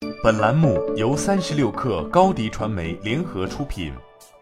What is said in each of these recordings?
本栏目由36氪高迪传媒联合出品。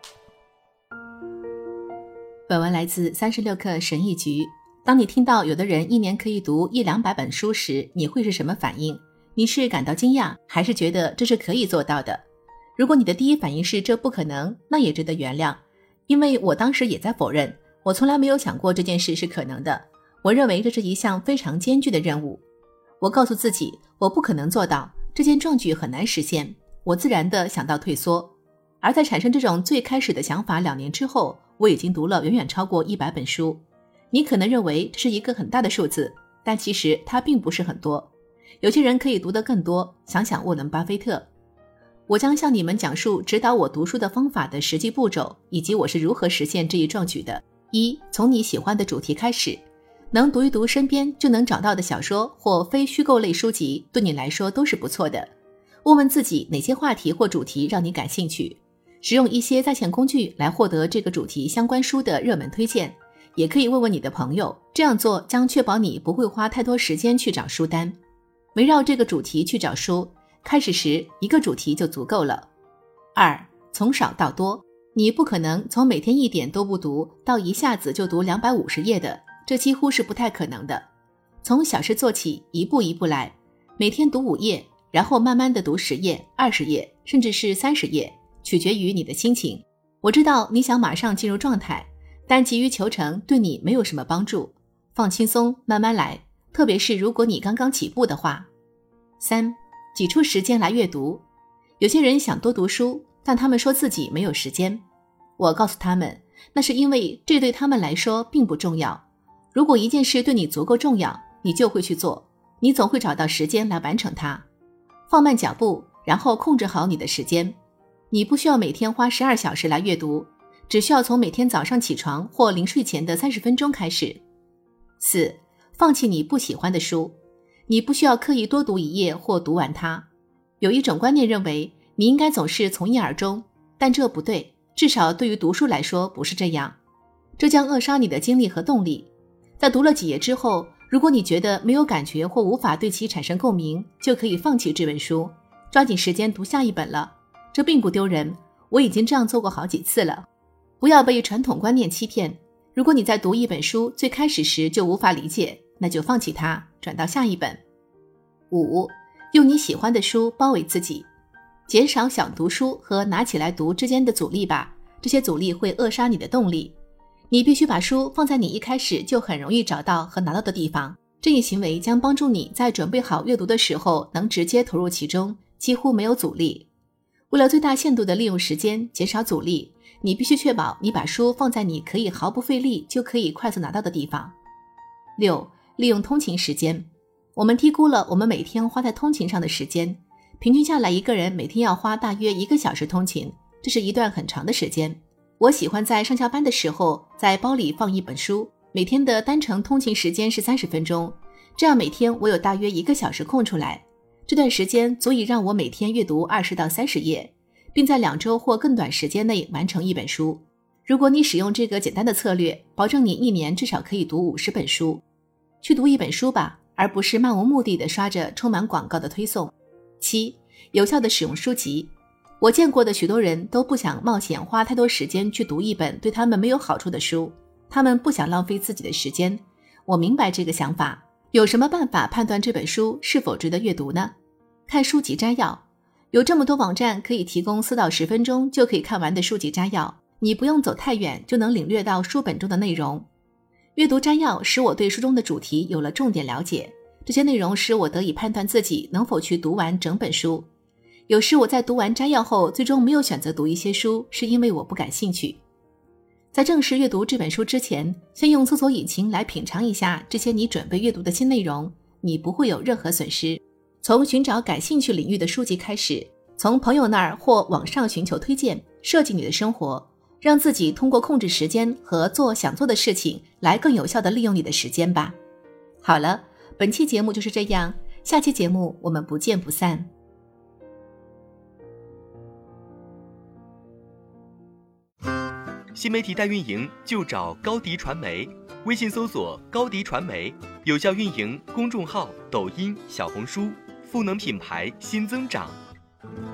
本文来自36氪神译局。当你听到有的人一年可以读100-200本书时，你会是什么反应？你是感到惊讶，还是觉得这是可以做到的？如果你的第一反应是这不可能，那也值得原谅，因为我当时也在否认，我从来没有想过这件事是可能的。我认为这是一项非常艰巨的任务。我告诉自己，我不可能做到，这件壮举很难实现，我自然地想到退缩。而在产生这种最开始的想法2年之后，我已经读了远远超过100本书。你可能认为这是一个很大的数字，但其实它并不是很多。有些人可以读得更多，想想沃伦·巴菲特。我将向你们讲述指导我读书的方法的实际步骤，以及我是如何实现这一壮举的。1. 从你喜欢的主题开始，能读一读身边就能找到的小说或非虚构类书籍，对你来说都是不错的。问问自己哪些话题或主题让你感兴趣，使用一些在线工具来获得这个主题相关书的热门推荐，也可以问问你的朋友，这样做将确保你不会花太多时间去找书单。围绕这个主题去找书，开始时一个主题就足够了。2. 从少到多，你不可能从每天1点都不读到一下子就读250页的，这几乎是不太可能的。从小事做起，一步一步来，每天读5页，然后慢慢地读10页、20页，甚至是30页，取决于你的心情。我知道你想马上进入状态，但急于求成对你没有什么帮助。放轻松，慢慢来，特别是如果你刚刚起步的话。3. 挤出时间来阅读。有些人想多读书，但他们说自己没有时间。我告诉他们，那是因为这对他们来说并不重要。如果一件事对你足够重要，你就会去做，你总会找到时间来完成它。放慢脚步，然后控制好你的时间。你不需要每天花12小时来阅读，只需要从每天早上起床或临睡前的30分钟开始。4. 放弃你不喜欢的书。你不需要刻意多读1页或读完它。有一种观念认为你应该总是从一而终，但这不对，至少对于读书来说不是这样。这将扼杀你的精力和动力。在读了几页之后，如果你觉得没有感觉或无法对其产生共鸣，就可以放弃这本书，抓紧时间读下一本了。这并不丢人，我已经这样做过好几次了。不要被传统观念欺骗。如果你在读一本书最开始时就无法理解，那就放弃它，转到下一本。5. 用你喜欢的书包围自己。减少想读书和拿起来读之间的阻力吧，这些阻力会扼杀你的动力。你必须把书放在你一开始就很容易找到和拿到的地方，这一行为将帮助你在准备好阅读的时候能直接投入其中，几乎没有阻力。为了最大限度地利用时间，减少阻力，你必须确保你把书放在你可以毫不费力就可以快速拿到的地方。6. 利用通勤时间。我们低估了我们每天花在通勤上的时间，平均下来一个人每天要花大约1个小时通勤，这是一段很长的时间。我喜欢在上下班的时候在包里放一本书，每天的单程通勤时间是30分钟，这样每天我有大约1个小时空出来。这段时间足以让我每天阅读20到30页，并在2周或更短时间内完成一本书。如果你使用这个简单的策略，保证你1年至少可以读50本书。去读一本书吧，而不是漫无目的地刷着充满广告的推送。7. 有效地使用书籍。我见过的许多人都不想冒险花太多时间去读一本对他们没有好处的书，他们不想浪费自己的时间。我明白这个想法。有什么办法判断这本书是否值得阅读呢？看书籍摘要。有这么多网站可以提供4到10分钟就可以看完的书籍摘要，你不用走太远就能领略到书本中的内容。阅读摘要使我对书中的主题有了重点了解，这些内容使我得以判断自己能否去读完整本书。有时我在读完摘要后最终没有选择读一些书，是因为我不感兴趣。在正式阅读这本书之前，先用搜索引擎来品尝一下这些你准备阅读的新内容，你不会有任何损失。从寻找感兴趣领域的书籍开始，从朋友那儿或网上寻求推荐，设计你的生活，让自己通过控制时间和做想做的事情来更有效地利用你的时间吧。好了，本期节目就是这样，下期节目我们不见不散。 新媒体代运营就找高迪传媒，微信搜索高迪传媒，有效运营公众号、抖音、小红书， 赋能品牌新增长。